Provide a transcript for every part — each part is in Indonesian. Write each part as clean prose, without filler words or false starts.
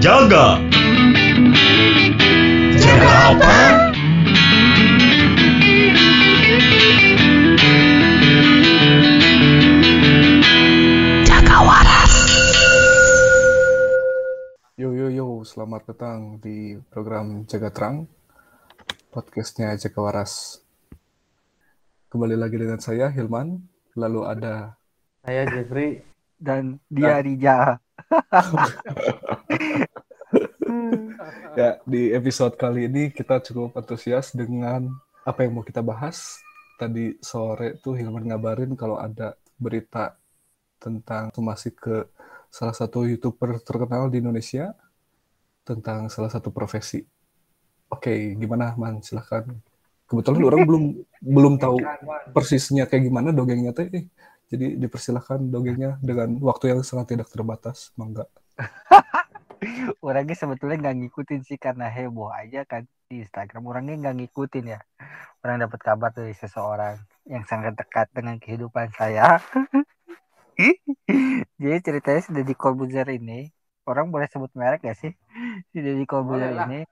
Jaga. Jaga apa? Jaga waras. Yo, selamat datang di program Jaga Terang, podcastnya Jaga Waras. Kembali lagi dengan saya, Hilman, lalu ada saya Jeffrey dan dia Rija. Ya, di episode kali ini kita cukup antusias dengan apa yang mau kita bahas. Tadi sore tuh Hilman ngabarin kalau ada berita tentang somasi ke salah satu YouTuber terkenal di Indonesia tentang salah satu profesi. Oke, gimana, Man? Silahkan. Kebetulan orang belum tahu persisnya kayak gimana dongengnya teh. Jadi dipersilahkan dongengnya dengan waktu yang sangat tidak terbatas, mangga. Orangnya sebetulnya nggak ngikutin sih karena heboh aja kan di Instagram. Orangnya nggak ngikutin ya. Orang dapat kabar dari seseorang yang sangat dekat dengan kehidupan saya. Jadi ceritanya si Deddy Corbuzier ini, orang boleh sebut merek gak sih? Si Deddy Corbuzier ini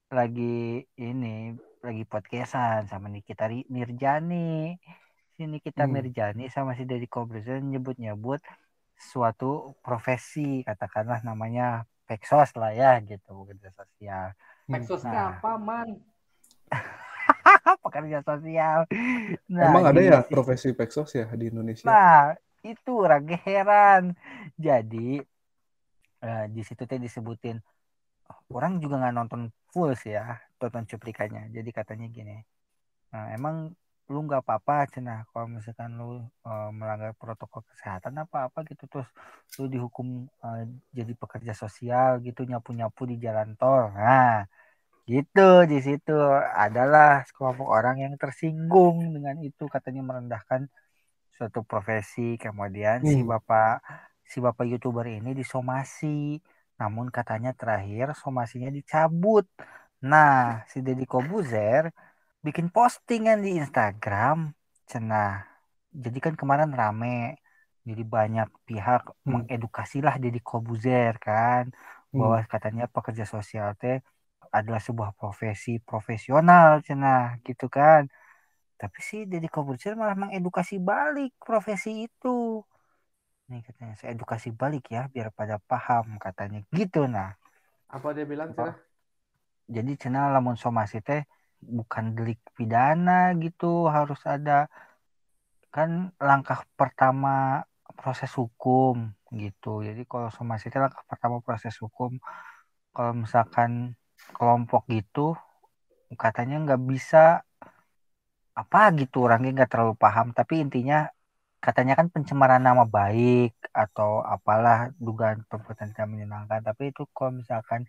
lagi podcastan sama Nikita Mirjani. Si Nikita Mirjani sama si Deddy Corbuzier nyebut suatu profesi, katakanlah namanya Peksos lah ya gitu, pekerja sosial. Peksosnya apa, Man? Pekerja sosial. Emang ada ya profesi Peksos ya di Indonesia? Nah, itu rage heran. Jadi di situ teh disebutin, orang juga nggak nonton full sih ya, tonton cuplikannya. Jadi katanya gini, emang lu nggak apa-apa cenah kalau misalkan lu melanggar protokol kesehatan apa gitu, terus lu dihukum jadi pekerja sosial gitu, nyapu di jalan tol. Nah gitu, di situ adalah sekelompok orang yang tersinggung dengan itu, katanya merendahkan suatu profesi. Kemudian si bapak YouTuber ini disomasi, namun katanya terakhir somasinya dicabut. Nah, si Deddy Corbuzier bikin postingan di Instagram, cenah. Jadi kan kemarin rame, jadi banyak pihak mengedukasilah Deddy Corbuzier kan, bahwa katanya pekerja sosial teh adalah sebuah profesi profesional, cenah gitu kan. Tapi si Deddy Corbuzier malah mengedukasi balik profesi itu. Nih katanya, saya edukasi balik ya biar pada paham katanya gitu. Nah, apa dia bilang cenah? Jadi cenah lamun somasi teh bukan delik pidana gitu, harus ada kan langkah pertama proses hukum gitu. Jadi kalau somasi teh langkah pertama proses hukum. Kalau misalkan kelompok gitu katanya nggak bisa apa gitu, orangnya nggak terlalu paham, tapi intinya katanya kan pencemaran nama baik atau apalah, dugaan perbuatan tidak menyenangkan. Tapi itu kalau misalkan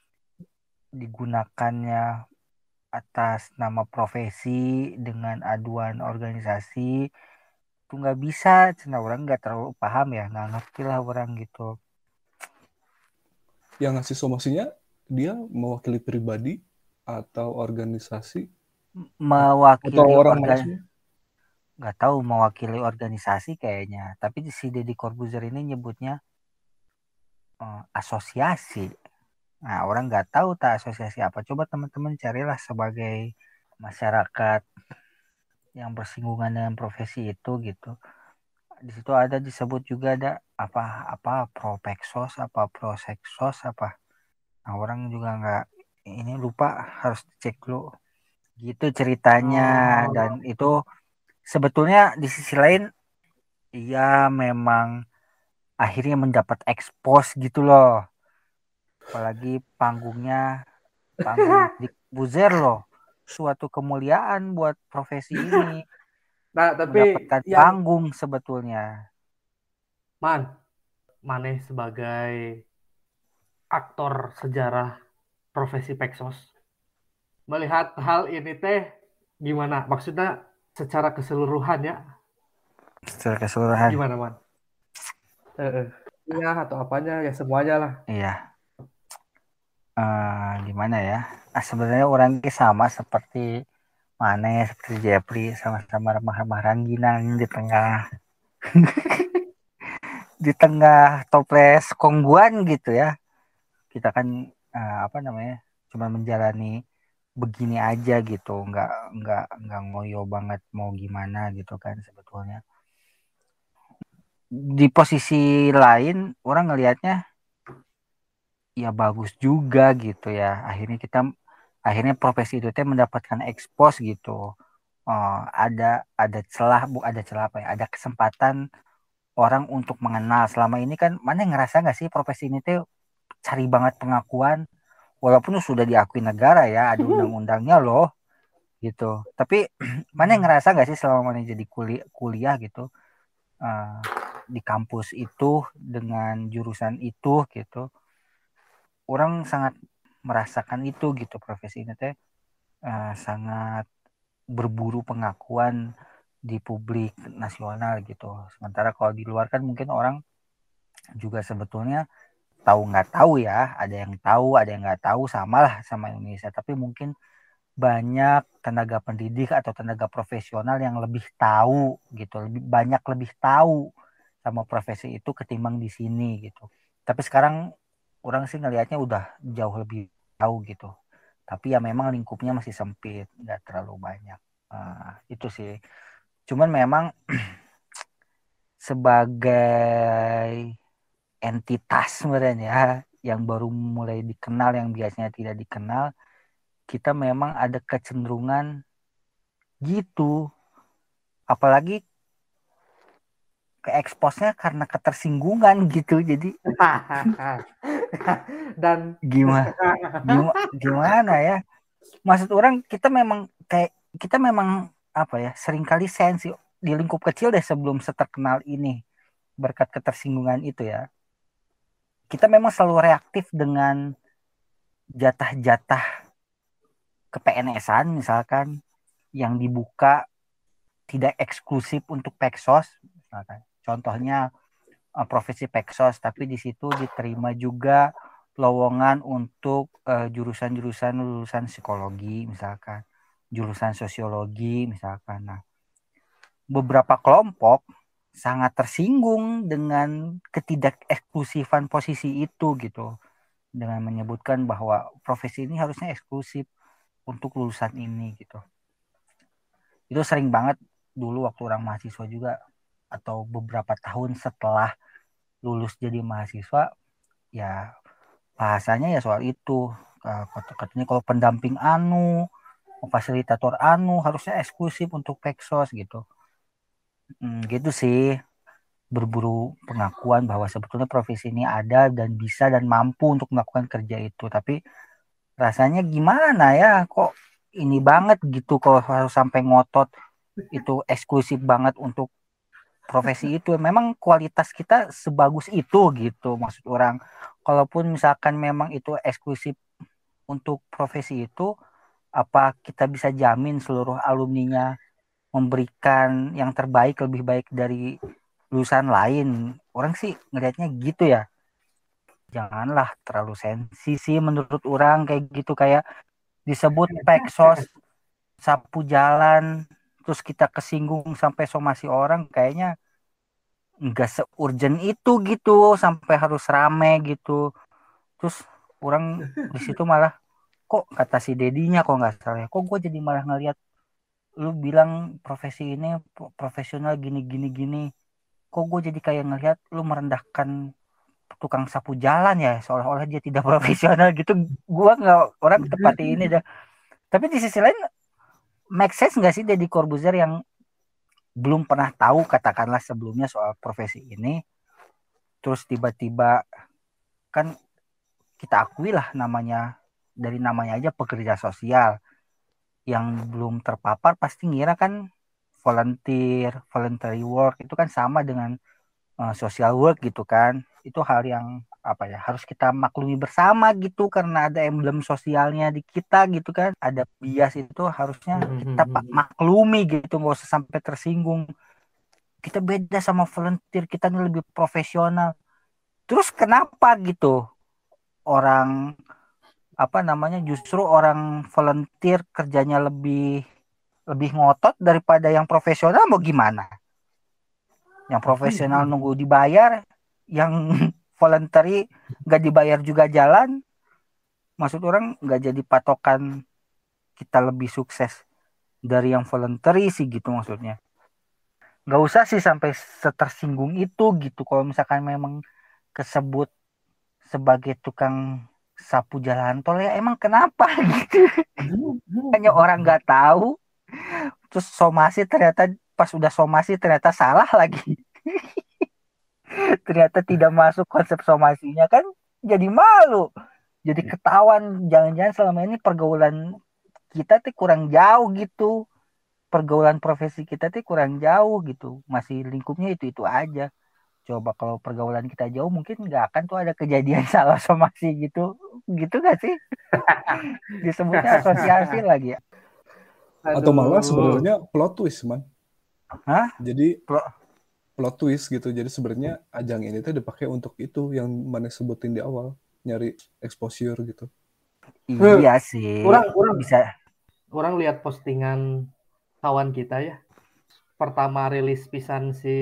digunakannya atas nama profesi dengan aduan organisasi itu nggak bisa, karena orang nggak terlalu paham ya, nggak ngerti lah orang gitu. Yang ngasih somasinya dia mewakili pribadi atau organisasi? Mewakili atau orang manusia? Nggak tahu, mewakili organisasi kayaknya. Tapi si Deddy Corbuzier ini nyebutnya asosiasi. Nah, orang nggak tahu tak asosiasi apa. Coba teman-teman carilah sebagai masyarakat yang bersinggungan dengan profesi itu gitu. Di situ ada disebut juga, ada apa propeksos, apa proseksos apa. Nah, orang juga nggak ini, lupa, harus cek dulu. Gitu ceritanya. Dan itu sebetulnya di sisi lain ia memang akhirnya mendapat expose gitu loh. Apalagi panggung di Buzer loh, suatu kemuliaan buat profesi ini. Nah, tapi mendapatkan panggung sebetulnya. Maneh sebagai aktor sejarah profesi Peksos, melihat hal ini teh gimana? Maksudnya secara keseluruhan ya? Secara keseluruhan. Gimana, Man? Ya, atau apanya ya, semuanya lah. Iya. Gimana ya? Sebenarnya orangnya sama seperti Mane, seperti Jeffrey, sama-sama remah-remah rangginang di tengah di tengah toples kongguan gitu ya. kita kan cuma menjalani begini aja gitu, nggak ngoyo banget mau gimana gitu kan sebetulnya. Di posisi lain orang ngelihatnya ya bagus juga gitu ya, akhirnya profesi itu mendapatkan expose gitu. Ada celah apa ya, ada kesempatan orang untuk mengenal. Selama ini kan mana ngerasa nggak sih profesi ini tuh cari banget pengakuan, walaupun sudah diakui negara ya, ada undang-undangnya loh gitu. Tapi mana ngerasa nggak sih selama mana jadi kuliah gitu, di kampus itu dengan jurusan itu gitu, orang sangat merasakan itu gitu, profesi ini teh sangat berburu pengakuan di publik nasional gitu. Sementara kalau di luar kan mungkin orang juga sebetulnya tahu nggak tahu ya, ada yang tahu ada yang nggak tahu, sama lah sama Indonesia, tapi mungkin banyak tenaga pendidik atau tenaga profesional yang lebih tahu gitu, lebih tahu sama profesi itu ketimbang di sini gitu. Tapi sekarang orang sih ngelihatnya udah jauh lebih tahu gitu, tapi ya memang lingkupnya masih sempit, nggak terlalu banyak. Itu sih, cuman memang sebagai entitas sebenarnya yang baru mulai dikenal, yang biasanya tidak dikenal, kita memang ada kecenderungan gitu, apalagi ke expose-nya karena ketersinggungan gitu. Jadi Dan gimana ya, maksud orang, kita memang apa ya, seringkali sensi di lingkup kecil deh sebelum seterkenal ini, berkat ketersinggungan itu ya, kita memang selalu reaktif dengan jatah-jatah ke PNS-an misalkan yang dibuka tidak eksklusif untuk Peksos misalkan. Contohnya profesi Peksos, tapi di situ diterima juga lowongan untuk jurusan-jurusan lulusan psikologi misalkan, jurusan sosiologi misalkan. Nah, beberapa kelompok sangat tersinggung dengan ketidak-eksklusifan posisi itu gitu, dengan menyebutkan bahwa profesi ini harusnya eksklusif untuk lulusan ini gitu. Itu sering banget dulu waktu orang mahasiswa juga, atau beberapa tahun setelah lulus jadi mahasiswa, ya bahasanya ya soal itu. Katanya kalau pendamping fasilitator harusnya eksklusif untuk Peksos gitu. Gitu sih, berburu pengakuan bahwa sebetulnya profesi ini ada dan bisa dan mampu untuk melakukan kerja itu. Tapi rasanya gimana ya, kok ini banget gitu kalau harus sampai ngotot itu eksklusif banget untuk profesi itu. Memang kualitas kita sebagus itu gitu maksud orang. Kalaupun misalkan memang itu eksklusif untuk profesi itu, apa kita bisa jamin seluruh alumninya memberikan yang terbaik, lebih baik dari lulusan lain? Orang sih ngelihatnya gitu ya. Janganlah terlalu sensi sih menurut orang kayak gitu, kayak disebut Peksos sapu jalan terus kita kesinggung sampai somasi orang, kayaknya nggak se-urgent itu gitu sampai harus rame gitu. Terus orang di situ malah, kok kata si dedinya kok nggak salah ya, kok gue jadi malah ngelihat lu bilang profesi ini profesional gini gini gini, kok gue jadi kayak ngelihat lu merendahkan tukang sapu jalan ya, seolah-olah dia tidak profesional gitu. Gue nggak, orang seperti ini dah. Tapi di sisi lain, make sense nggak sih Deddy Corbuzier yang belum pernah tahu katakanlah sebelumnya soal profesi ini, terus tiba-tiba, kan kita akui lah namanya, dari namanya aja pekerja sosial, yang belum terpapar pasti ngira kan voluntary work itu kan sama dengan social work gitu kan. Itu hal yang apa ya, harus kita maklumi bersama gitu, karena ada emblem sosialnya di kita gitu kan, ada bias itu harusnya kita maklumi gitu, nggak usah sampai tersinggung. Kita beda sama volunteer, kita ini lebih profesional. Terus kenapa gitu orang justru orang volunteer kerjanya lebih ngotot daripada yang profesional? Mau gimana? Yang profesional nunggu dibayar, yang voluntary nggak dibayar juga jalan. maksud orang nggak jadi patokan kita lebih sukses dari yang voluntary sih gitu maksudnya. Nggak usah sih sampai setersinggung itu gitu. Kalau misalkan memang kesebut sebagai tukang sapu jalan tol ya emang kenapa gitu. Hanya orang nggak tahu, terus somasi ternyata pas udah somasi ternyata salah lagi. Ternyata tidak masuk konsep somasinya kan jadi malu. Jadi ketahuan jangan-jangan selama ini pergaulan kita tuh kurang jauh gitu. Pergaulan profesi kita tuh kurang jauh gitu. Masih lingkupnya itu-itu aja. Coba kalau pergaulan kita jauh mungkin nggak akan tuh ada kejadian salah somasi gitu. Gitu gak sih? Disebutnya asosiasi lagi ya. Atau malah Aduh. sebenarnya plot twist, man. Hah? Jadi plot twist gitu. Jadi sebenarnya ajang ini tuh dipakai untuk itu yang mana sebutin di awal, nyari exposure gitu. Iya sih. Orang lihat postingan kawan kita ya. Pertama rilis pisan si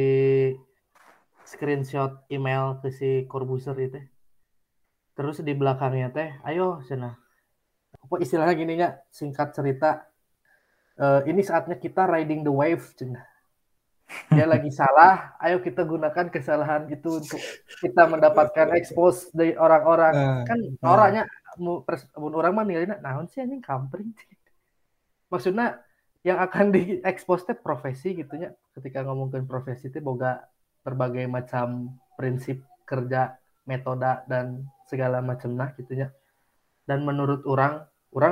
screenshot email ke si Corbuzier itu. Terus di belakangnya teh, ayo sana. Apa istilahnya gininya, singkat cerita, ini saatnya kita riding the wave, cina. Dia lagi salah, ayo kita gunakan kesalahan itu untuk kita mendapatkan expose dari orang-orang. Kan orangnya orang mah nilainya naon sih anjing kampring. Maksudnya yang akan diekspos teh profesi gitunya. Ketika ngomongin profesi teh boga berbagai macam prinsip kerja, metode dan segala macamnya gitunya. Dan menurut orang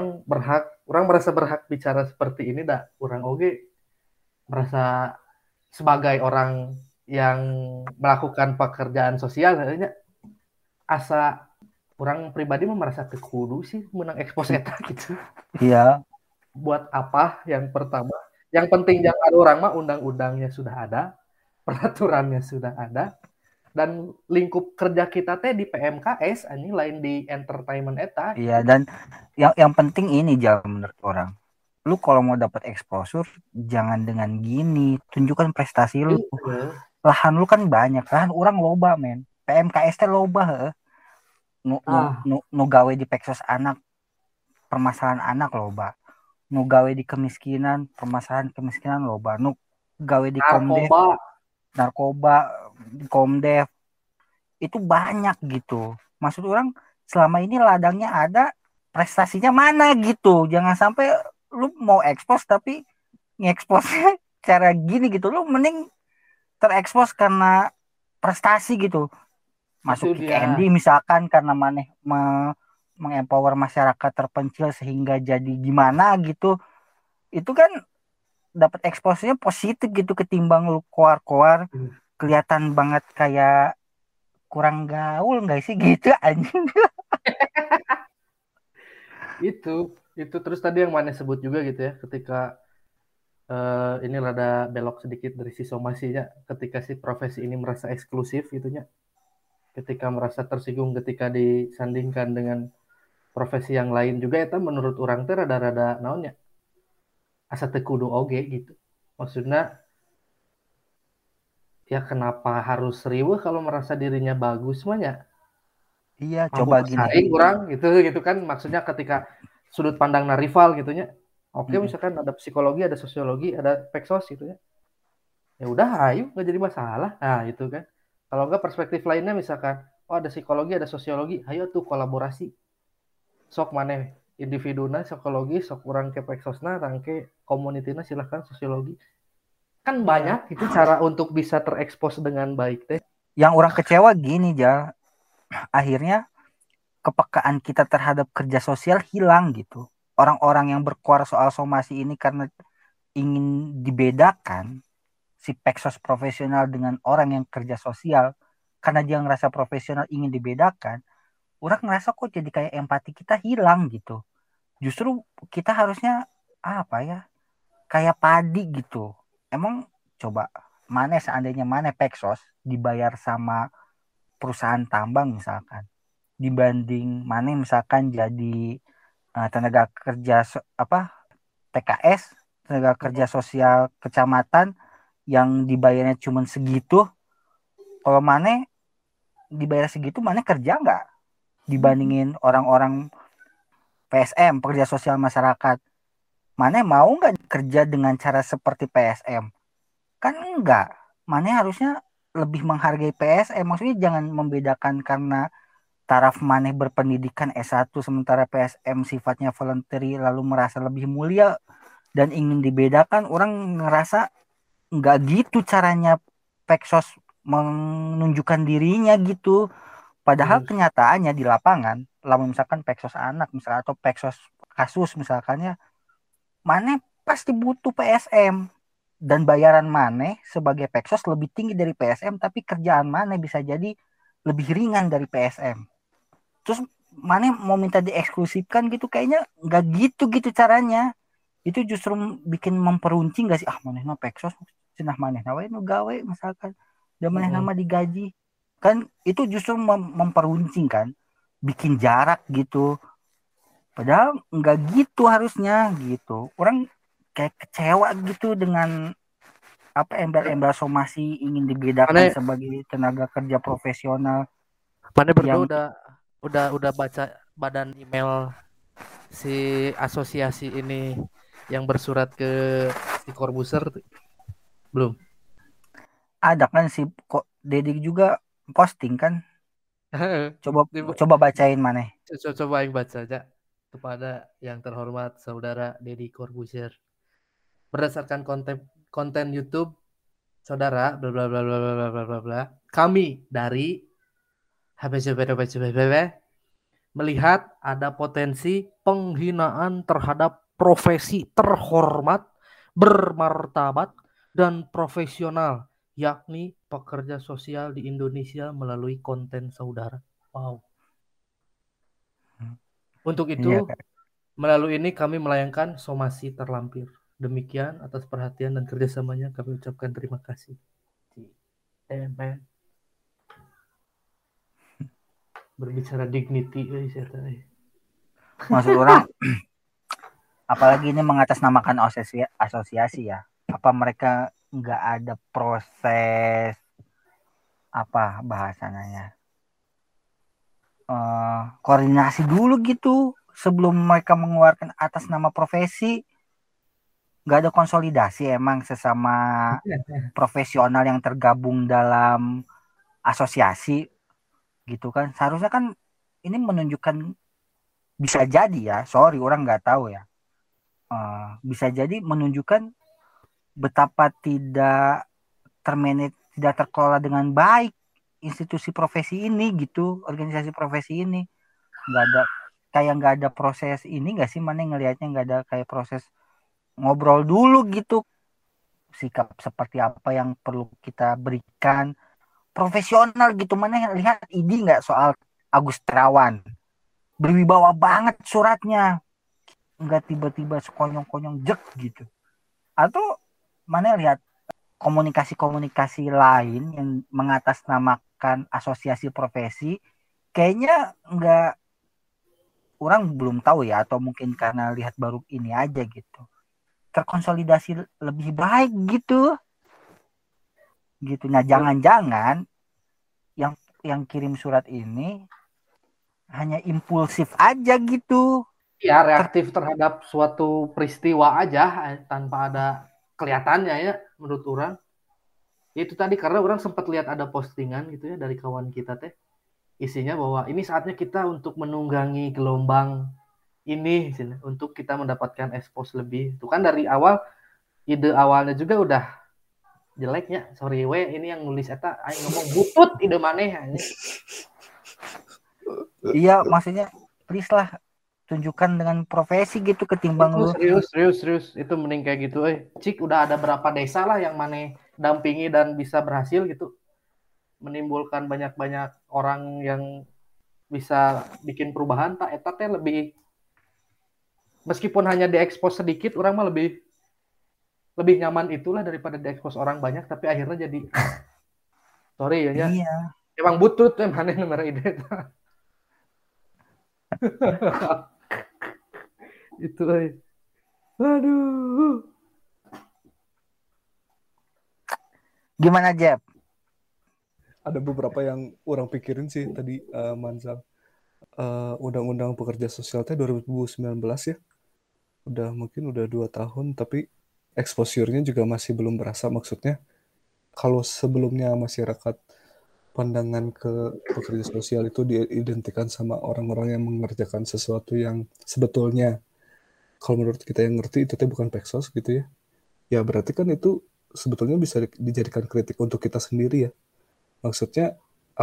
merasa berhak bicara seperti ini dah. Orang oge merasa sebagai orang yang melakukan pekerjaan sosial katanya asa orang pribadi merasa kekudu sih menang ekspos eta gitu. Iya. Buat apa yang pertama? Yang penting jangan orang mah undang-undangnya sudah ada, peraturannya sudah ada, dan lingkup kerja kita teh di PMKS anjing lain di entertainment eta. Iya, dan yang penting ini jangan menurut orang. Lu kalau mau dapat exposure jangan dengan gini, tunjukkan prestasi lu. Lahan lu kan banyak, lahan orang loba men. PMKS teh loba heuh. Nu gawe di Peksos anak, permasalahan anak loba. Nu gawe di kemiskinan, permasalahan kemiskinan loba. Nu gawe di Komdev, narkoba, di Komdev. Itu banyak gitu. Maksud orang selama ini ladangnya ada, prestasinya mana gitu. Jangan sampai lu mau expose tapi nge-expose cara gini gitu. Lu mending terekspos karena prestasi gitu. Masuk Kick Andy misalkan karena maneh mengempower masyarakat terpencil sehingga jadi gimana gitu. Itu kan dapat eksposnya positif gitu ketimbang lu koar-koar kelihatan banget kayak kurang gaul nggak sih gitu anjing. itu terus tadi yang mana sebut juga gitu ya ketika ini rada belok sedikit dari si somasinya ketika si profesi ini merasa eksklusif gitunya ketika merasa tersinggung ketika disandingkan dengan profesi yang lain juga itu menurut orang teh rada-rada naonnya asa teu kudu oge gitu maksudnya ya kenapa harus riweuh kalau merasa dirinya bagus mah ya iya coba gini kurang gitu kan maksudnya ketika sudut pandang rival gitunya oke misalkan ada psikologi ada sosiologi ada peksos gitu ya udah ayo nggak jadi masalah nah itu kan kalau enggak perspektif lainnya misalkan oh ada psikologi ada sosiologi ayo tuh kolaborasi sok maneh individuna psikologi sok kurang ke peksosna rangke komunitina silahkan sosiologi kan banyak itu cara untuk bisa terekspos dengan baik teh yang orang kecewa gini Jal akhirnya kepekaan kita terhadap kerja sosial hilang gitu orang-orang yang berkuar soal somasi ini karena ingin dibedakan si peksos profesional dengan orang yang kerja sosial karena dia ngerasa profesional ingin dibedakan orang ngerasa kok jadi kayak empati kita hilang gitu justru kita harusnya apa ya kayak padi gitu emang coba mana seandainya mana peksos dibayar sama perusahaan tambang misalkan dibanding mana misalkan jadi tenaga kerja TKS tenaga kerja sosial kecamatan yang dibayarnya cuma segitu kalau mana dibayar segitu mana kerja nggak dibandingin orang-orang PSM, pekerja sosial masyarakat. Mana mau nggak kerja dengan cara seperti PSM? Kan enggak. Mana harusnya lebih menghargai PSM. Maksudnya jangan membedakan karena taraf maneh berpendidikan S1 sementara PSM sifatnya voluntary lalu merasa lebih mulia dan ingin dibedakan. Orang ngerasa nggak gitu caranya Peksos menunjukkan dirinya gitu. Padahal kenyataannya di lapangan, lamun misalkan Peksos anak misalkan atau Peksos kasus misalkannya, maneh pasti butuh PSM dan bayaran maneh sebagai Peksos lebih tinggi dari PSM, tapi kerjaan maneh bisa jadi lebih ringan dari PSM. Terus maneh mau minta dieksklusifkan gitu, kayaknya nggak gitu caranya. Itu justru bikin memperuncing gak sih? Ah, maneh na Peksos cenah maneh na we nu gawe misalkan dan maneh nama digaji. Kan itu justru memperuncing kan, bikin jarak gitu. Padahal nggak gitu harusnya gitu. Orang kayak kecewa gitu dengan apa embel-embel somasi ingin dibedakan Mana sebagai tenaga kerja profesional mana berdua yang udah baca badan email si asosiasi ini yang bersurat ke si Corbuzier belum? ada kan si kok Dedik juga posting kan. Coba coba bacain mana. Coba yang baca aja kepada yang terhormat saudara Deddy Corbuzier. Berdasarkan konten YouTube saudara bla bla bla bla bla bla bla bla. Kami dari melihat ada potensi penghinaan terhadap profesi terhormat, bermartabat dan profesional yakni pekerja sosial di Indonesia melalui konten saudara. Wow. Untuk Iya itu, kan. melalui ini kami melayangkan somasi terlampir. Demikian atas perhatian dan kerjasamanya kami ucapkan terima kasih. Amen. Berbicara dignity, Maksud orang apalagi ini mengatasnamakan asosiasi ya. Apa mereka nggak ada proses apa bahasanya koordinasi dulu gitu sebelum mereka mengeluarkan atas nama profesi. Nggak ada konsolidasi emang sesama profesional yang tergabung dalam asosiasi gitu kan. Seharusnya kan ini menunjukkan, bisa jadi ya, sorry orang nggak tahu ya, bisa jadi menunjukkan betapa tidak tidak terkelola dengan baik institusi profesi ini gitu, organisasi profesi ini. Nggak ada, kayak nggak ada proses ini nggak sih, mana ngelihatnya nggak ada kayak proses ngobrol dulu gitu, sikap seperti apa yang perlu kita berikan profesional gitu. Mana lihat ini nggak soal Agus Terawan, berwibawa banget suratnya, nggak tiba-tiba sekonyong-konyong jek gitu. Atau mana lihat komunikasi-komunikasi lain yang mengatasnamakan asosiasi profesi, kayaknya nggak, orang belum tahu ya, atau mungkin karena lihat baru ini aja gitu, terkonsolidasi lebih baik gitu. Nah, jangan-jangan yang kirim surat ini hanya impulsif aja gitu. ya reaktif terhadap suatu peristiwa aja tanpa ada kelihatannya ya menurut orang. Itu tadi karena orang sempat lihat ada postingan gitu ya dari kawan kita teh, isinya bahwa ini saatnya kita untuk menunggangi gelombang ini untuk kita mendapatkan expose lebih. Itu kan dari awal ide awalnya juga udah jeleknya. Sorry we, ini yang nulis eta aing ngomong butut ide maneh ini. Iya, maksudnya please lah tunjukkan dengan profesi gitu ketimbang lu Serius itu mending kayak gitu cik udah ada berapa desa lah yang maneh dampingi dan bisa berhasil gitu menimbulkan banyak-banyak orang yang bisa bikin perubahan tak eta teh lebih, meskipun hanya diekspos sedikit orang mah lebih nyaman itulah daripada diekspos orang banyak tapi akhirnya jadi sorry ya iya. emang butut mana nomor ide itu aduh. Gimana Jeb? Ada beberapa yang orang pikirin sih tadi, Manzal. Undang-Undang Pekerja Sosial teh 2019 ya. Mungkin udah 2 tahun, tapi exposure-nya juga masih belum berasa. Maksudnya kalau sebelumnya masyarakat pandangan ke pekerja sosial itu diidentikan sama orang-orang yang mengerjakan sesuatu yang sebetulnya kalau menurut kita yang ngerti itu bukan peksos gitu ya. Ya berarti kan itu sebetulnya bisa dijadikan kritik untuk kita sendiri ya. Maksudnya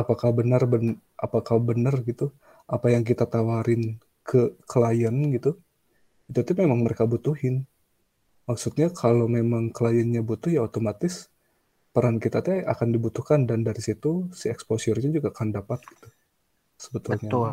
apakah benar gitu apa yang kita tawarin ke klien gitu itu memang mereka butuhin. Maksudnya kalau memang kliennya butuh ya otomatis peran kita akan dibutuhkan dan dari situ si exposure-nya juga akan dapat gitu sebetulnya. Betul.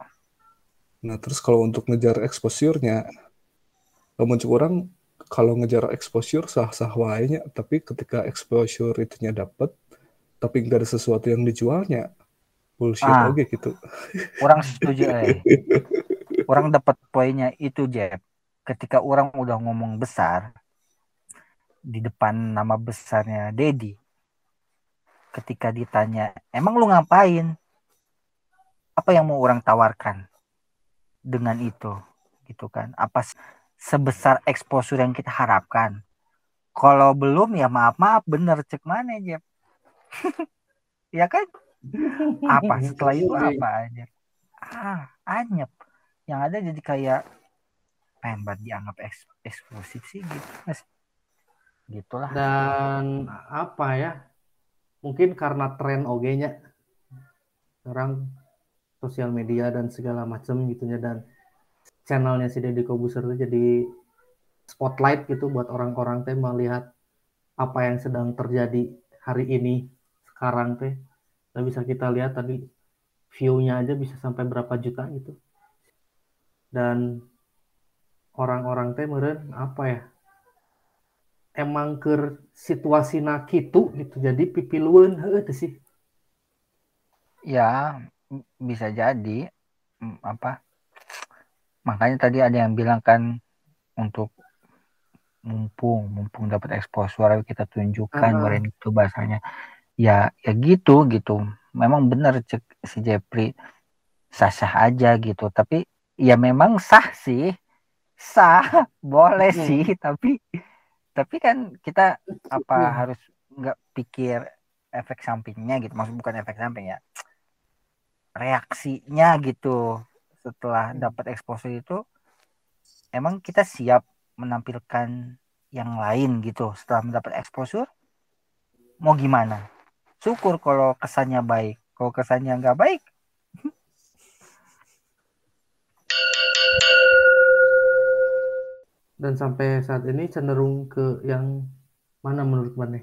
Nah terus kalau untuk ngejar exposure-nya, muncul orang kalau ngejar exposure sah-sah wae, tapi ketika exposure itunya dapat tapi nggak ada sesuatu yang dijualnya, bullshit oke gitu. Orang setuju orang dapat poinnya itu, Jeb. Ketika orang udah ngomong besar di depan nama besarnya Dedi, ketika ditanya, emang lu ngapain? Apa yang mau orang tawarkan dengan itu? Gitu kan? Apa sebesar exposure yang kita harapkan? Kalau belum ya maaf bener, cek mana, Jeb. Ya kan? Apa setelah itu apa aja? Anyep. Yang ada jadi kayak pengen banget dianggap eksklusif sih gitu. Gitulah. Dan apa ya? Mungkin karena tren OG-nya sekarang sosial media dan segala macam gitunya, dan channelnya si Deddy Kobuser itu jadi spotlight gitu buat orang-orang teh melihat apa yang sedang terjadi hari ini sekarang teh. Nah, bisa kita lihat tadi view-nya aja bisa sampai berapa juta gitu. Dan orang-orang teh meureun apa ya? Emang ke situasina kitu gitu. Jadi pipilueun heuh teh sih. Ya, bisa jadi apa? Makanya tadi ada yang bilang kan untuk mumpung dapat exposure kita tunjukkan kemarin itu bahasanya. Ya gitu. Memang benar cek si Jepri sah-sah aja gitu. Tapi ya memang sah sih. Sah, boleh sih, tapi kan kita harus nggak pikir efek sampingnya gitu. Maksud bukan efek samping ya. Reaksinya gitu setelah dapat exposure itu emang kita siap menampilkan yang lain gitu setelah mendapat exposure. Mau gimana? Syukur kalau kesannya baik. Kalau kesannya nggak baik, Dan sampai saat ini cenderung ke yang mana menurut Maneh?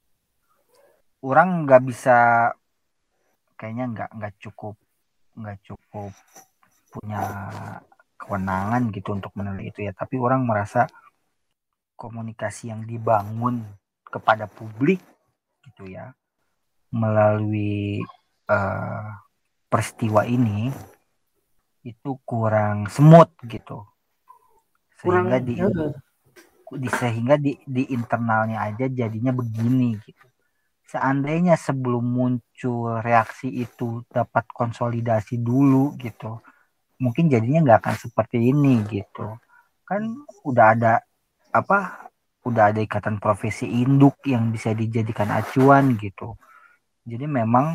orang nggak bisa, kayaknya nggak cukup punya kewenangan gitu untuk menilai itu ya. Tapi orang merasa komunikasi yang dibangun kepada publik gitu ya melalui peristiwa ini itu kurang smooth gitu, sehingga di internalnya aja jadinya begini gitu. Seandainya sebelum muncul reaksi itu dapat konsolidasi dulu gitu, mungkin jadinya nggak akan seperti ini gitu. Kan udah ada ikatan profesi induk yang bisa dijadikan acuan gitu. Jadi memang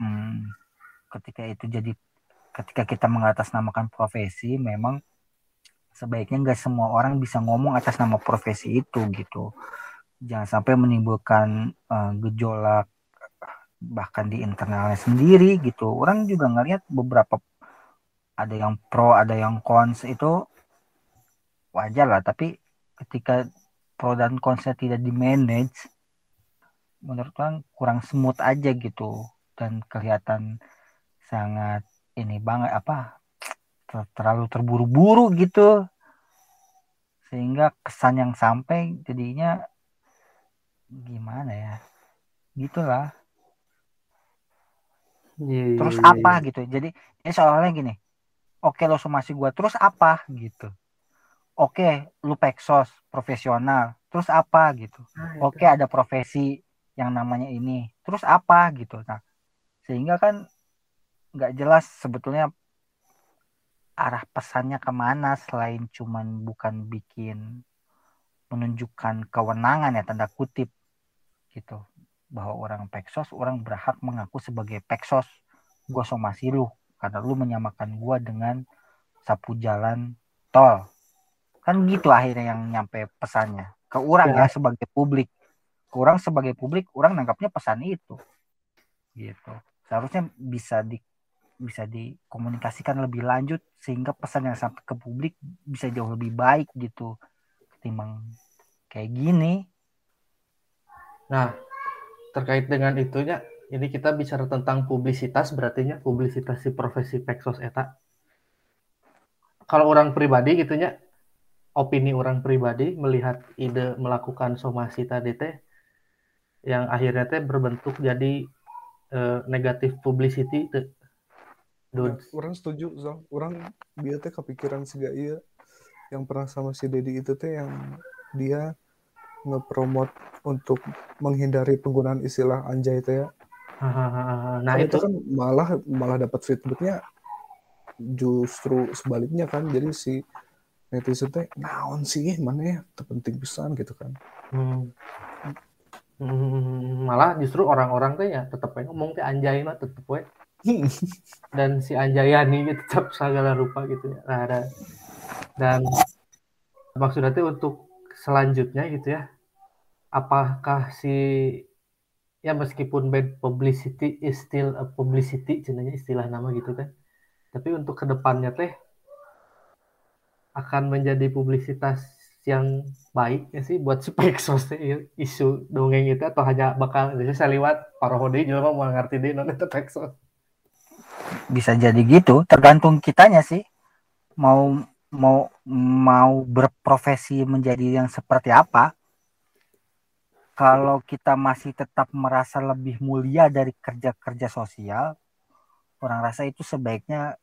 ketika kita mengatasnamakan profesi, memang sebaiknya nggak semua orang bisa ngomong atas nama profesi itu gitu. Jangan sampai menimbulkan gejolak bahkan di internalnya sendiri gitu. Orang juga ngelihat beberapa, ada yang pro ada yang cons, itu wajar lah, tapi ketika pro dan consnya tidak di manage, menurut orang kurang smooth aja gitu, dan kelihatan sangat ini banget terlalu terburu-buru gitu, sehingga kesan yang sampai jadinya gimana ya gitulah. Terus apa gitu, jadi soalnya gini, oke lo somasi gue, terus apa gitu. Oke, lu peksos profesional, terus apa gitu. Oke, ada profesi yang namanya ini, terus apa gitu. Nah, sehingga kan nggak jelas sebetulnya arah pesannya kemana selain cuman bukan bikin menunjukkan kewenangan ya tanda kutip gitu, bahwa orang Peksos, orang berhak mengaku sebagai Peksos, gue somasi lu karena lu menyamakan gue dengan sapu jalan tol, kan gitu akhirnya yang nyampe pesannya ke orang ya sebagai publik. Ke orang sebagai publik, orang nangkapnya pesan itu gitu. Seharusnya bisa dikomunikasikan lebih lanjut sehingga pesan yang sampai ke publik bisa jauh lebih baik gitu ketimbang kayak gini. Nah, terkait dengan itunya, ini kita bicara tentang publisitas, berarti publisitas si profesi Peksos eta. Kalau orang pribadi gitunya, opini orang pribadi melihat ide melakukan somasi tadi teh yang akhirnya teh berbentuk jadi negatif publicity teh. Ya, orang setuju, Zal. Orang dia teh kepikiran siga iya yang pernah sama si Dedi itu teh yang dia ngepromot untuk menghindari penggunaan istilah anjay teh ya. Nah itu kan malah dapat feedbacknya justru sebaliknya kan, jadi si netizen teh naon sih mana ya terpenting pisan gitu kan. Malah justru orang-orang teh ya tetap ngomong teh anjay mah tetap we. Dan si Anjayani gitu tetap segala rupa gitu ya. Nah, dan maksudnya teh untuk selanjutnya gitu ya, apakah si ya meskipun bad publicity is still a publicity cenanya istilah nama gitu kan, tapi untuk kedepannya teh akan menjadi publisitas yang baik ya sih buat si Peksos isu dongeng itu, atau hanya bakal saya liwat parodi juga mau ngerti deh non itu Peksos. Bisa jadi gitu, tergantung kitanya sih mau berprofesi menjadi yang seperti apa. Kalau kita masih tetap merasa lebih mulia dari kerja-kerja sosial, orang rasa itu sebaiknya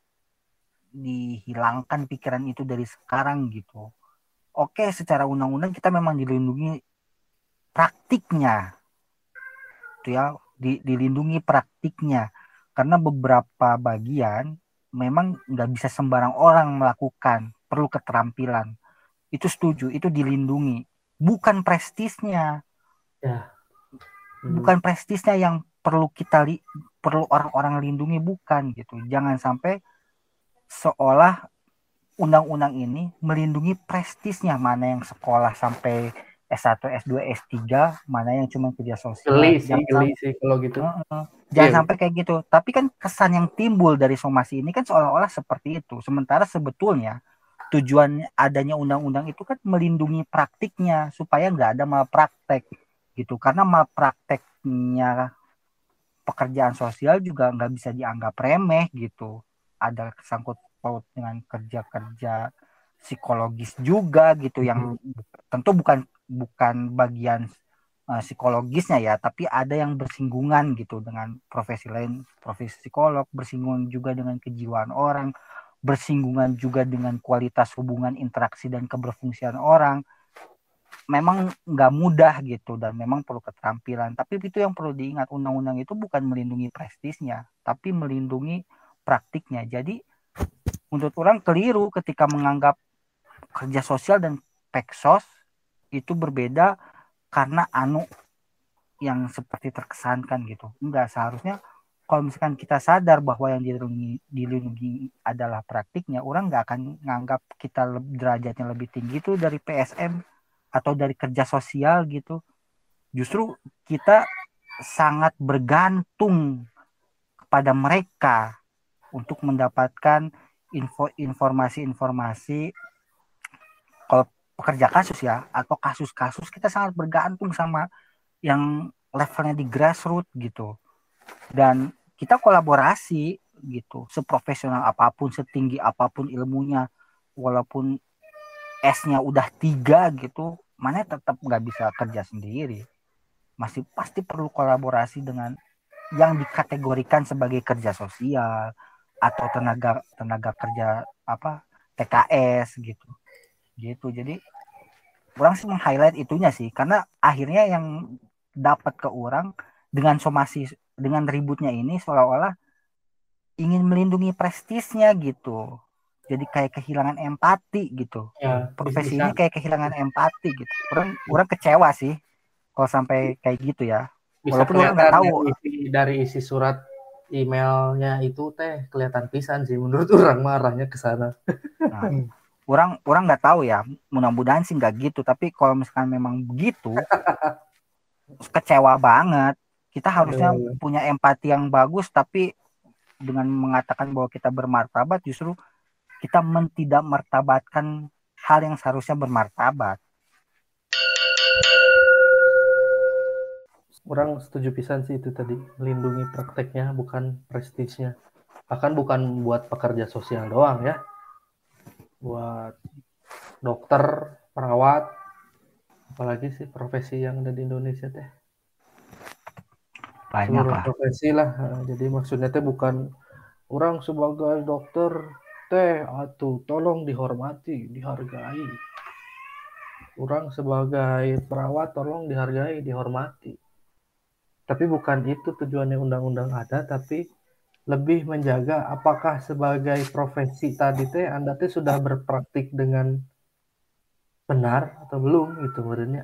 dihilangkan pikiran itu dari sekarang gitu. Oke, secara undang-undang kita memang dilindungi praktiknya, itu ya, dilindungi praktiknya, karena beberapa bagian memang nggak bisa sembarang orang melakukan, perlu keterampilan. Itu setuju, itu dilindungi, bukan prestisnya, bukan prestisnya yang perlu perlu orang-orang lindungi, bukan gitu. Jangan sampai seolah undang-undang ini melindungi prestisnya, mana yang sekolah sampai S1, S2, S3, mana yang cuma kerja sosial. Geli sih kalau gitu. Jangan sampai kayak gitu. Tapi kan kesan yang timbul dari somasi ini kan seolah-olah seperti itu. Sementara sebetulnya tujuan adanya undang-undang itu kan melindungi praktiknya supaya nggak ada malpraktek gitu. Karena malprakteknya pekerjaan sosial juga nggak bisa dianggap remeh gitu. Ada kesangkut paut dengan kerja-kerja psikologis juga gitu, yang tentu bukan bagian psikologisnya ya, tapi ada yang bersinggungan gitu dengan profesi lain, profesi psikolog, bersinggungan juga dengan kejiwaan orang, bersinggungan juga dengan kualitas hubungan interaksi dan keberfungsian orang. Memang nggak mudah gitu dan memang perlu keterampilan. Tapi itu yang perlu diingat, undang-undang itu bukan melindungi prestisnya, tapi melindungi praktiknya. Jadi menurut orang keliru ketika menganggap kerja sosial dan Peksos itu berbeda karena yang seperti terkesankan gitu. Enggak, seharusnya kalau misalkan kita sadar bahwa yang dilindungi adalah praktiknya, orang nggak akan nganggap kita derajatnya lebih tinggi itu dari PSM atau dari kerja sosial gitu. Justru kita sangat bergantung kepada mereka untuk mendapatkan informasi-informasi. Kalau pekerja kasus ya, atau kasus-kasus, kita sangat bergantung sama yang levelnya di grassroots gitu. Dan kita kolaborasi gitu, seprofesional apapun, setinggi apapun ilmunya, walaupun S-nya udah 3 gitu, mana tetap nggak bisa kerja sendiri. Masih pasti perlu kolaborasi dengan yang dikategorikan sebagai kerja sosial atau tenaga kerja TKS gitu. Jadi orang sih meng-highlight itunya sih, karena akhirnya yang dapat ke orang dengan somasi, dengan ributnya ini seolah-olah ingin melindungi prestisnya gitu. jadi kayak kehilangan empati gitu. Ya, Profesi bisa ini kayak kehilangan empati gitu. Orang kecewa sih kalau sampai kayak gitu ya. bisa Walaupun orang nggak kelihatan tahu. dari isi surat emailnya itu teh kelihatan pisan sih menurut orang marahnya ke sana. Nah, orang nggak tahu ya. Mudah-mudahan sih nggak gitu. Tapi kalau misalkan memang begitu, kecewa banget. Kita harusnya Aduh, punya empati yang bagus, tapi dengan mengatakan bahwa kita bermartabat, justru kita tidak martabatkan hal yang seharusnya bermartabat. orang setuju pisan sih itu tadi, melindungi prakteknya bukan prestisnya. Bahkan bukan buat pekerja sosial doang ya, buat dokter, perawat, apalagi sih profesi yang ada di Indonesia teh. Banyak Seluruh lah. profesi lah. Jadi maksudnya teh bukan orang sebagai dokter teh atuh tolong dihormati, dihargai. Orang sebagai perawat tolong dihargai, dihormati. Tapi bukan itu tujuannya undang-undang ada, tapi lebih menjaga apakah sebagai profesi tadi teh Anda teh sudah berpraktik dengan benar atau belum gitu sebenarnya.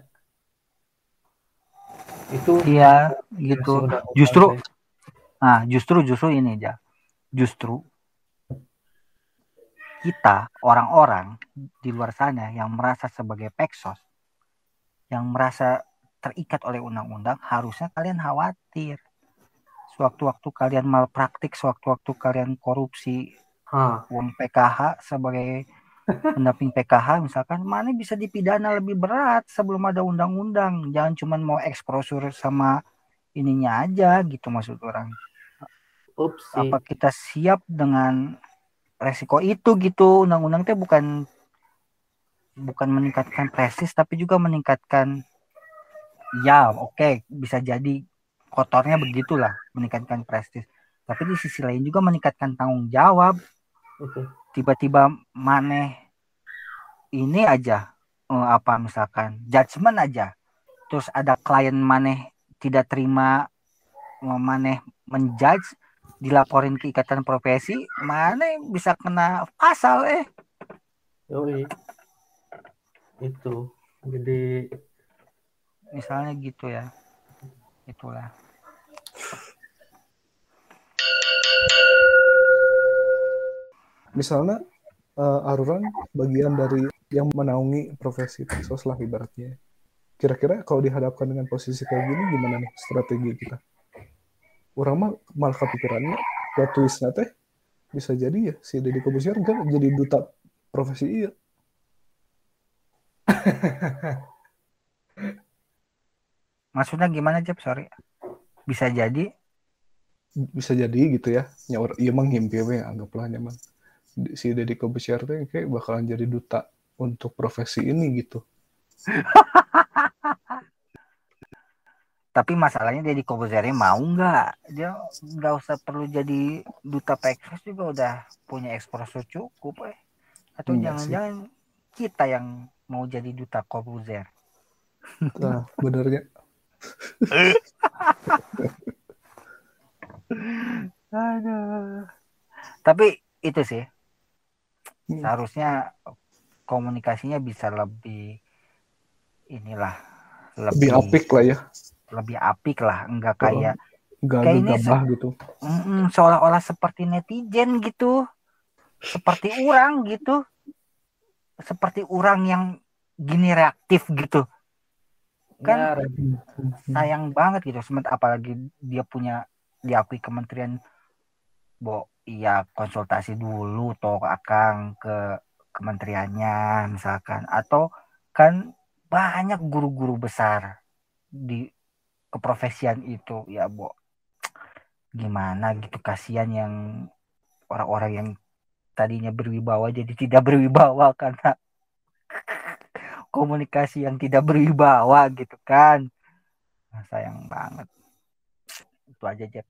Itu Iya, gitu. fungsi undang-undang Justru, teh. justru ini aja. Justru kita orang-orang di luar sana yang merasa sebagai peksos, yang merasa terikat oleh undang-undang, harusnya kalian khawatir. Sewaktu-waktu kalian malpraktik, sewaktu-waktu kalian korupsi uang PKH sebagai pendamping PKH misalkan, mana bisa dipidana lebih berat sebelum ada undang-undang. Jangan cuma mau eksposur sama ininya aja gitu maksud orang. Upsi. Apa kita siap dengan resiko itu gitu? Undang-undang itu bukan meningkatkan prestis tapi juga meningkatkan, ya oke, bisa jadi kotornya begitulah, meningkatkan prestis. Tapi di sisi lain juga meningkatkan tanggung jawab. Itu. Tiba-tiba maneh ini aja apa misalkan judgement aja, terus ada klien maneh tidak terima, maneh menjudge, dilaporin ke ikatan profesi, maneh bisa kena pasal Yoi. Itu. Jadi misalnya gitu ya. Itulah. Misalnya Aruran bagian dari yang menaungi profesi peksos lah ibaratnya. Kira-kira kalau dihadapkan dengan posisi kayak gini gimana nih strategi kita? Orang mah malah kepikirannya plot twistnya teh bisa jadi ya si Deddy Corbuzier kan jadi duta profesi iya. Maksudnya gimana Jeb? Sorry. Bisa jadi. Bisa jadi gitu ya. Iya mah ngimpi we anggaplah nyaman. Si Deddy Corbuzier teh kayak bakalan jadi duta untuk profesi ini gitu. Tapi masalahnya Deddy Corbuzier mau nggak? Dia nggak usah perlu jadi duta Peksos juga udah punya exposure cukup Atau Enggak sih. jangan-jangan kita yang mau jadi duta Corbuzier. Nah, benernya. Aduh. Tapi itu sih seharusnya komunikasinya bisa lebih inilah, Lebih apik lah ya. lebih apik lah, enggak kayak Enggak ini gegabah gitu. seolah-olah seperti netizen gitu, seperti orang gitu, seperti orang yang gini reaktif gitu kan, ya sayang banget gitu. Sementara apalagi dia punya, diakui kementerian, iya konsultasi dulu toh akang ke kementeriannya misalkan, atau kan banyak guru-guru besar di keprofesian itu ya gimana gitu, kasihan yang orang-orang yang tadinya berwibawa jadi tidak berwibawa karena komunikasi yang tidak berwibawa gitu kan. Nah, sayang banget. Itu aja Jeff.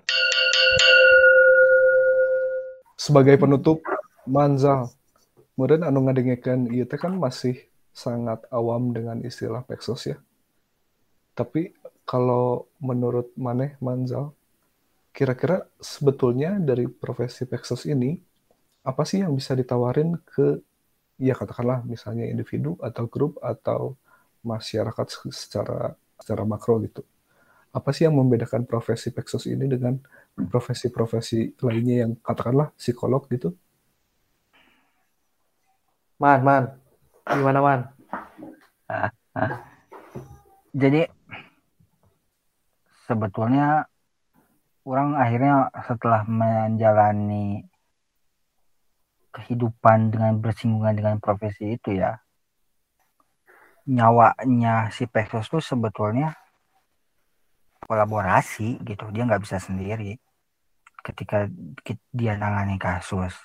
Sebagai penutup, Manzal, kemudian anu ngadengekeun ieu teh kan masih sangat awam dengan istilah peksos ya. Tapi kalau menurut maneh Manzal, kira-kira sebetulnya dari profesi peksos ini apa sih yang bisa ditawarin ke, ya katakanlah misalnya individu atau grup atau masyarakat secara makro gitu. Apa sih yang membedakan profesi Peksos ini dengan profesi-profesi lainnya yang katakanlah psikolog gitu? Man, gimana man? Ah, ah. Jadi sebetulnya orang akhirnya setelah menjalani kehidupan dengan bersinggungan dengan profesi itu ya, nyawanya si Peksos tuh sebetulnya kolaborasi gitu, dia nggak bisa sendiri ketika dia nangani kasus,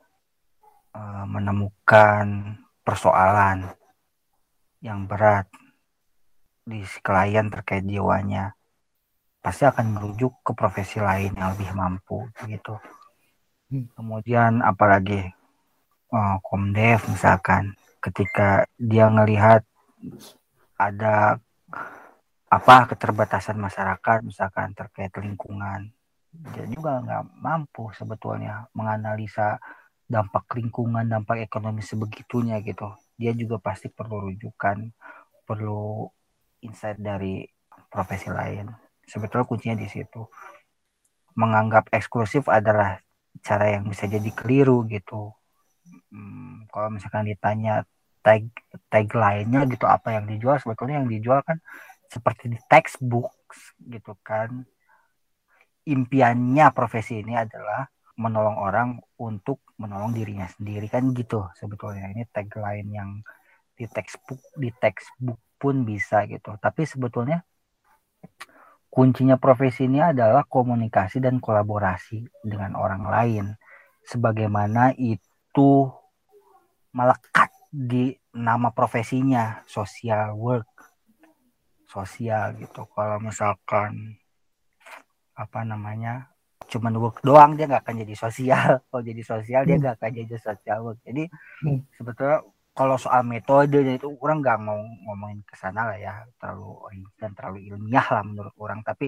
menemukan persoalan yang berat di si klien terkait jiwanya, pasti akan merujuk ke profesi lain yang lebih mampu gitu. Kemudian apalagi Komdev misalkan, ketika dia ngelihat ada apa keterbatasan masyarakat misalkan terkait lingkungan, dia juga nggak mampu sebetulnya menganalisa dampak lingkungan, dampak ekonomi sebegitunya gitu. Dia juga pasti perlu rujukan, perlu insight dari profesi lain. Sebetulnya kuncinya di situ. Menganggap eksklusif adalah cara yang bisa jadi keliru gitu. Kalau misalkan ditanya tagline-nya gitu apa yang dijual, sebetulnya yang dijual kan seperti di textbook gitu kan. Impiannya profesi ini adalah menolong orang untuk menolong dirinya sendiri kan gitu sebetulnya. Ini tagline yang di textbook pun bisa gitu. Tapi sebetulnya kuncinya profesi ini adalah komunikasi dan kolaborasi dengan orang lain. Sebagaimana itu melekat di nama profesinya, social work, sosial gitu. Kalau misalkan apa namanya cuman work doang, dia nggak akan jadi sosial. Kalau jadi sosial dia nggak akan jadi social work. Jadi sebetulnya kalau soal metodenya itu orang nggak mau ngomongin ke sana lah ya, terlalu dan terlalu ilmiah lah menurut orang. Tapi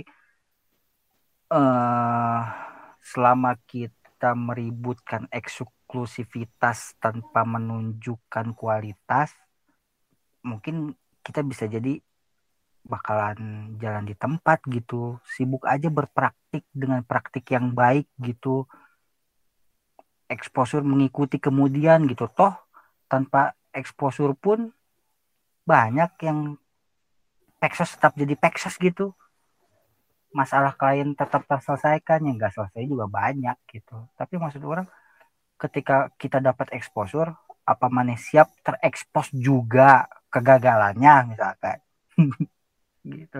selama kita meributkan eksklusivitas tanpa menunjukkan kualitas, mungkin kita bisa jadi bakalan jalan di tempat gitu, sibuk aja berpraktik dengan praktik yang baik gitu, exposure mengikuti kemudian gitu, toh tanpa exposure pun banyak yang Peksos tetap jadi Peksos gitu, masalah klien tetap terselesaikan, yang nggak selesai juga banyak gitu. Tapi maksud orang ketika kita dapat exposure, apa mana siap terekspos juga kegagalannya misalkan gitu.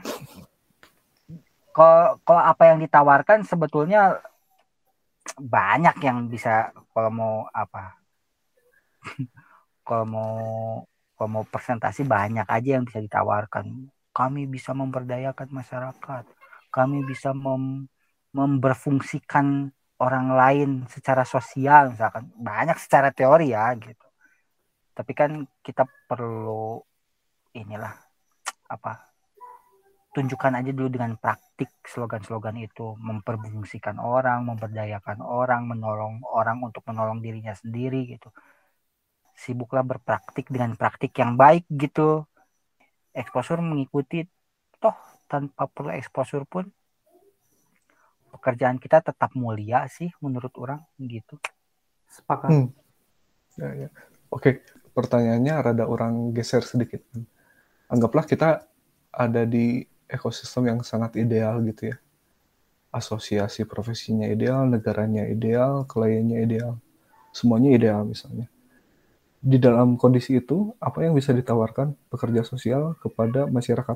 Kalau apa yang ditawarkan sebetulnya banyak yang bisa, kalau mau apa, kalau mau kalau mau presentasi banyak aja yang bisa ditawarkan. Kami bisa memberdayakan masyarakat, kami bisa memberfungsikan orang lain secara sosial misalkan, banyak secara teori ya gitu. Tapi kan kita perlu inilah apa, tunjukkan aja dulu dengan praktik slogan-slogan itu, memperfungsikan orang, memberdayakan orang, menolong orang untuk menolong dirinya sendiri gitu. Sibuklah berpraktik dengan praktik yang baik gitu. Exposure mengikuti, toh tanpa perlu exposure pun pekerjaan kita tetap mulia sih menurut orang gitu. Sepakat. Ya. Oke, pertanyaannya rada orang geser sedikit. Anggaplah kita ada di ekosistem yang sangat ideal gitu ya. Asosiasi profesinya ideal, negaranya ideal, kliennya ideal. Semuanya ideal misalnya. Di dalam kondisi itu, apa yang bisa ditawarkan pekerja sosial kepada masyarakat?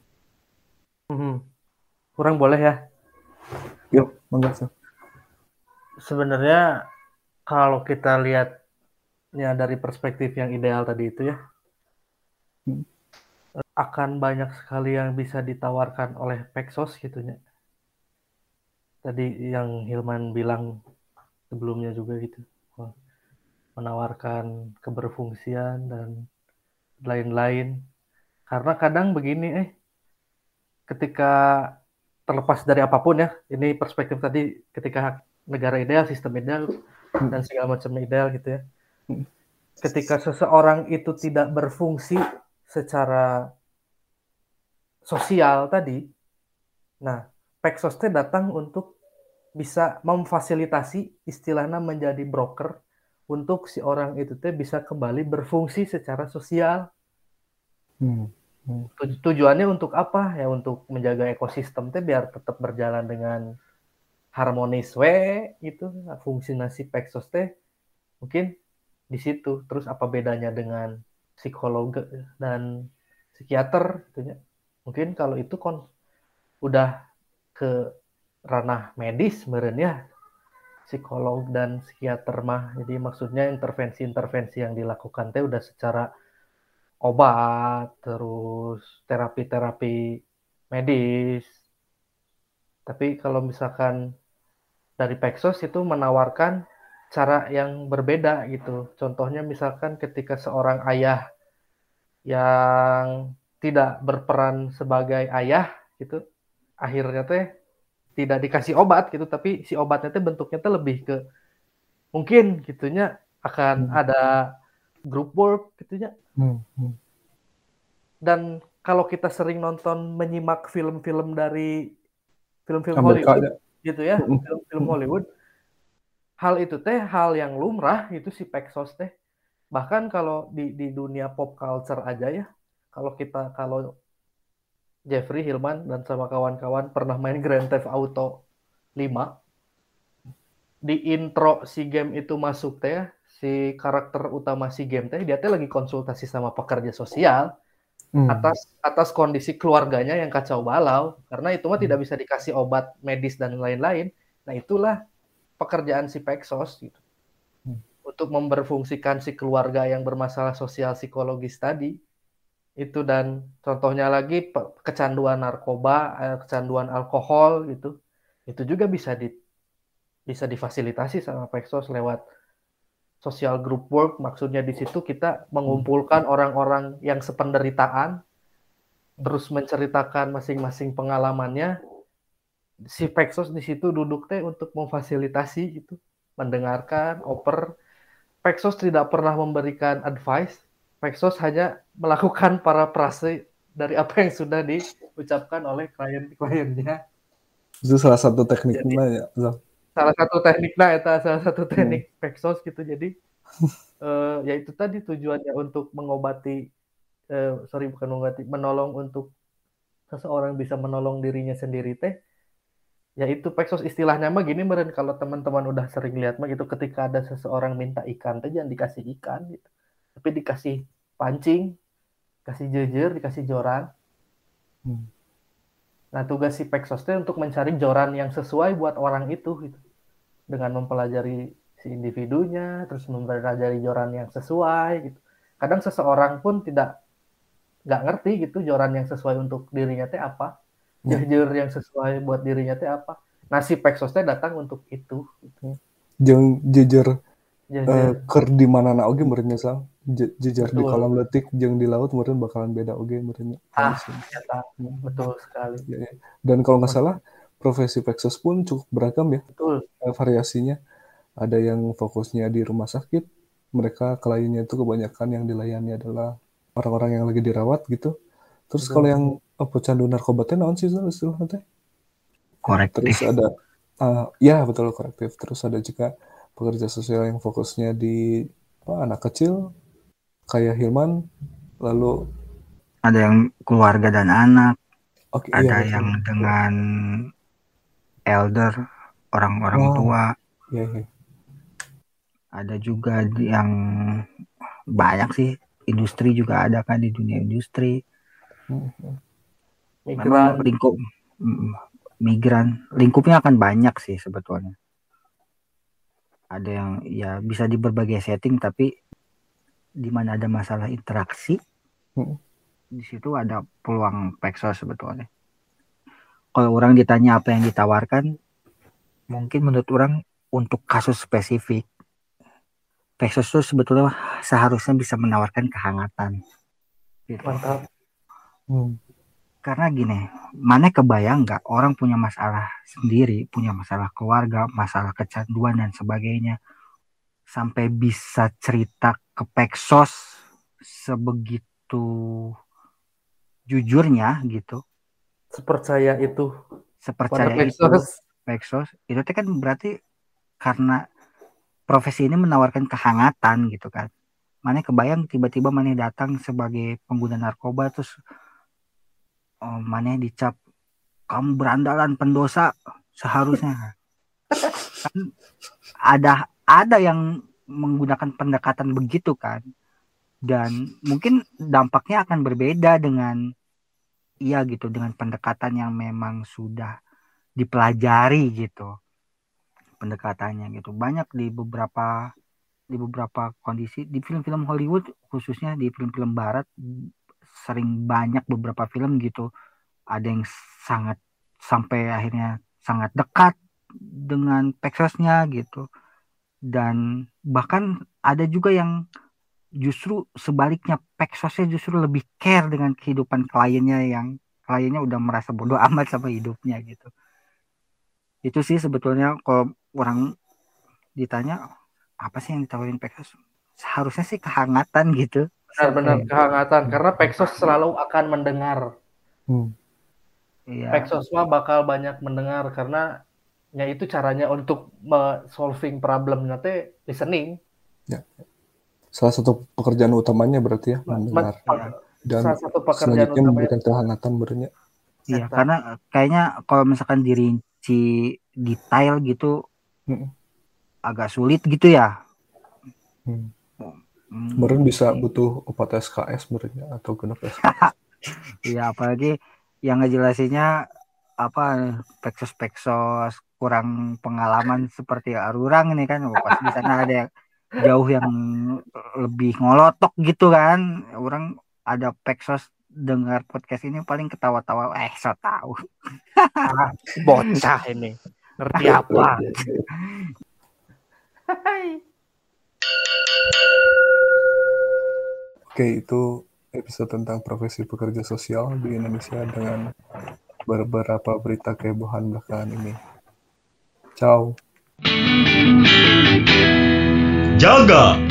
Kurang boleh ya? Yuk, mangga. Sebenarnya kalau kita lihatnya dari perspektif yang ideal tadi itu ya, akan banyak sekali yang bisa ditawarkan oleh Peksos gitu ya. Tadi yang Hilman bilang sebelumnya juga gitu, menawarkan keberfungsian dan lain-lain. Karena kadang begini, ketika terlepas dari apapun ya, ini perspektif tadi ketika negara ideal, sistem ideal, dan segala macam ideal gitu ya. Ketika seseorang itu tidak berfungsi secara sosial tadi, nah Pexos teh datang untuk bisa memfasilitasi istilahnya menjadi broker untuk si orang itu teh bisa kembali berfungsi secara sosial. Tujuannya untuk apa? Ya untuk menjaga ekosistem teh biar tetap berjalan dengan harmonis gitu. Nah, fungsi si Pexos teh mungkin di situ. Terus apa bedanya dengan psikolog dan psikiater gitu ya. Mungkin kalau itu udah ke ranah medis meureun ya. Psikolog dan psikiater mah. Jadi maksudnya intervensi-intervensi yang dilakukan teh udah secara obat, terus terapi-terapi medis. Tapi kalau misalkan dari Pexos itu menawarkan cara yang berbeda gitu. Contohnya misalkan ketika seorang ayah yang tidak berperan sebagai ayah gitu, akhirnya teh tidak dikasih obat gitu, tapi si obatnya teh bentuknya teh lebih ke mungkin gitunya akan ada group work gitunya. Dan kalau kita sering menyimak film-film dari film-film Hollywood gitu ya, film-film Hollywood, hal itu teh hal yang lumrah itu si Pexos teh. Bahkan kalau di dunia pop culture aja ya, kalau Jeffrey Hillman dan sama kawan-kawan pernah main Grand Theft Auto 5, di intro si game itu masuk teh ya, si karakter utama si game teh dia teh lagi konsultasi sama pekerja sosial atas kondisi keluarganya yang kacau balau, karena itu mah tidak bisa dikasih obat medis dan lain-lain. Nah itulah pekerjaan si Pexos gitu. Untuk memberfungsikan si keluarga yang bermasalah sosial psikologis tadi itu. Dan contohnya lagi kecanduan narkoba, kecanduan alkohol gitu, itu juga bisa difasilitasi sama Pexos lewat social group work. Maksudnya di situ kita mengumpulkan orang-orang yang sependeritaan, terus menceritakan masing-masing pengalamannya. Si Pexos di situ duduk teh untuk memfasilitasi gitu, mendengarkan, oper. Pexos tidak pernah memberikan advice. Pexos hanya melakukan parafrase dari apa yang sudah diucapkan oleh klien-kliennya. Itu salah satu tekniknya ya. Salah satu teknik Pexos gitu. Jadi ya itu tadi tujuannya untuk mengobati, menolong untuk seseorang bisa menolong dirinya sendiri teh. Yaitu Pexos istilahnya mah gini meren, kalau teman-teman udah sering lihat mah gitu, ketika ada seseorang minta ikan teh jangan dikasih ikan gitu, tapi dikasih pancing, kasih jejer, dikasih joran. Nah tugas si Pexos teh untuk mencari joran yang sesuai buat orang itu gitu, dengan mempelajari si individunya, terus mempelajari joran yang sesuai gitu. Kadang seseorang pun nggak ngerti gitu joran yang sesuai untuk dirinya teh apa, jejer yang sesuai buat dirinya teh apa. Nah si Pexos teh datang untuk itu gitu. Jeung jejer ker di mana na oge meureun sang jejer di kolam leutik jeung di laut meureun bakalan beda oge meureun. Betul sekali. Dan kalau nggak salah profesi Pexos pun cukup beragam ya. Betul. Variasinya. Ada yang fokusnya di rumah sakit, mereka kliennya itu kebanyakan yang dilayani adalah orang-orang yang lagi dirawat gitu. Terus kalau yang pecandu narkoba teh naon sih istilahnya teh? Korektif. Terus ada ya betul, korektif. Terus ada juga pekerja sosial yang fokusnya di anak kecil kayak Hilman, lalu ada yang keluarga dan anak, ada iya, yang dengan elder, orang-orang tua. Iya. Ada juga yang banyak sih, industri juga ada kan, di dunia industri. Memang migran lingkupnya akan banyak sih sebetulnya. Ada yang ya bisa di berbagai setting, tapi di mana ada masalah interaksi, di situ ada peluang Pexos sebetulnya. Kalau orang ditanya apa yang ditawarkan, mungkin menurut orang untuk kasus spesifik, Pexos itu sebetulnya seharusnya bisa menawarkan kehangatan. Gitu. Mantap. Karena gini, mana kebayang nggak orang punya masalah sendiri, punya masalah keluarga, masalah kecanduan dan sebagainya, sampai bisa cerita ke Pexos sebegitu jujurnya gitu, Sepercaya itu pada sepercaya itu Pexos. Pexos, itu kan berarti karena profesi ini menawarkan kehangatan gitu kan. Mana kebayang tiba-tiba mana datang sebagai pengguna narkoba terus mana dicap kamu berandalan pendosa seharusnya. Kan ada yang menggunakan pendekatan begitu kan. Dan mungkin dampaknya akan berbeda dengan gitu, dengan pendekatan yang memang sudah dipelajari gitu. Pendekatannya gitu. Banyak di beberapa kondisi di film-film Hollywood, khususnya di film-film barat, sering banyak beberapa film gitu, ada yang sangat sampai akhirnya sangat dekat dengan Pexosnya gitu, dan bahkan ada juga yang justru sebaliknya, Pexosnya justru lebih care dengan kehidupan kliennya, yang kliennya udah merasa bodoh amat sama hidupnya gitu. Itu sih sebetulnya kalau orang ditanya apa sih yang ditawarin Pexos, seharusnya sih kehangatan gitu. Benar-benar kehangatan, karena Pexos selalu akan mendengar. Iya. Pexos mah bakal banyak mendengar karena ya itu caranya untuk solving problem nanti listening. Ya. Salah satu pekerjaan utamanya berarti ya mendengar. Dan salah satu pekerjaan selanjutnya memberikan kehangatan berenya. Iya, karena kayaknya kalau misalkan dirinci detail gitu agak sulit gitu ya. Meren bisa butuh obat SKS berenya atau genap SKS. Iya, apalagi yang ngejelasinnya apa Pexos kurang pengalaman seperti Arurang ini kan, pasti di sana ada yang jauh yang lebih ngolotok gitu kan. Orang ada Pexos dengar podcast ini paling ketawa-tawa, so tahu. Bocah ini ngerti apa? Oke, itu episode tentang profesi pekerja sosial di Indonesia dengan beberapa berita kehebohan belakangan ini. Ciao. Jaga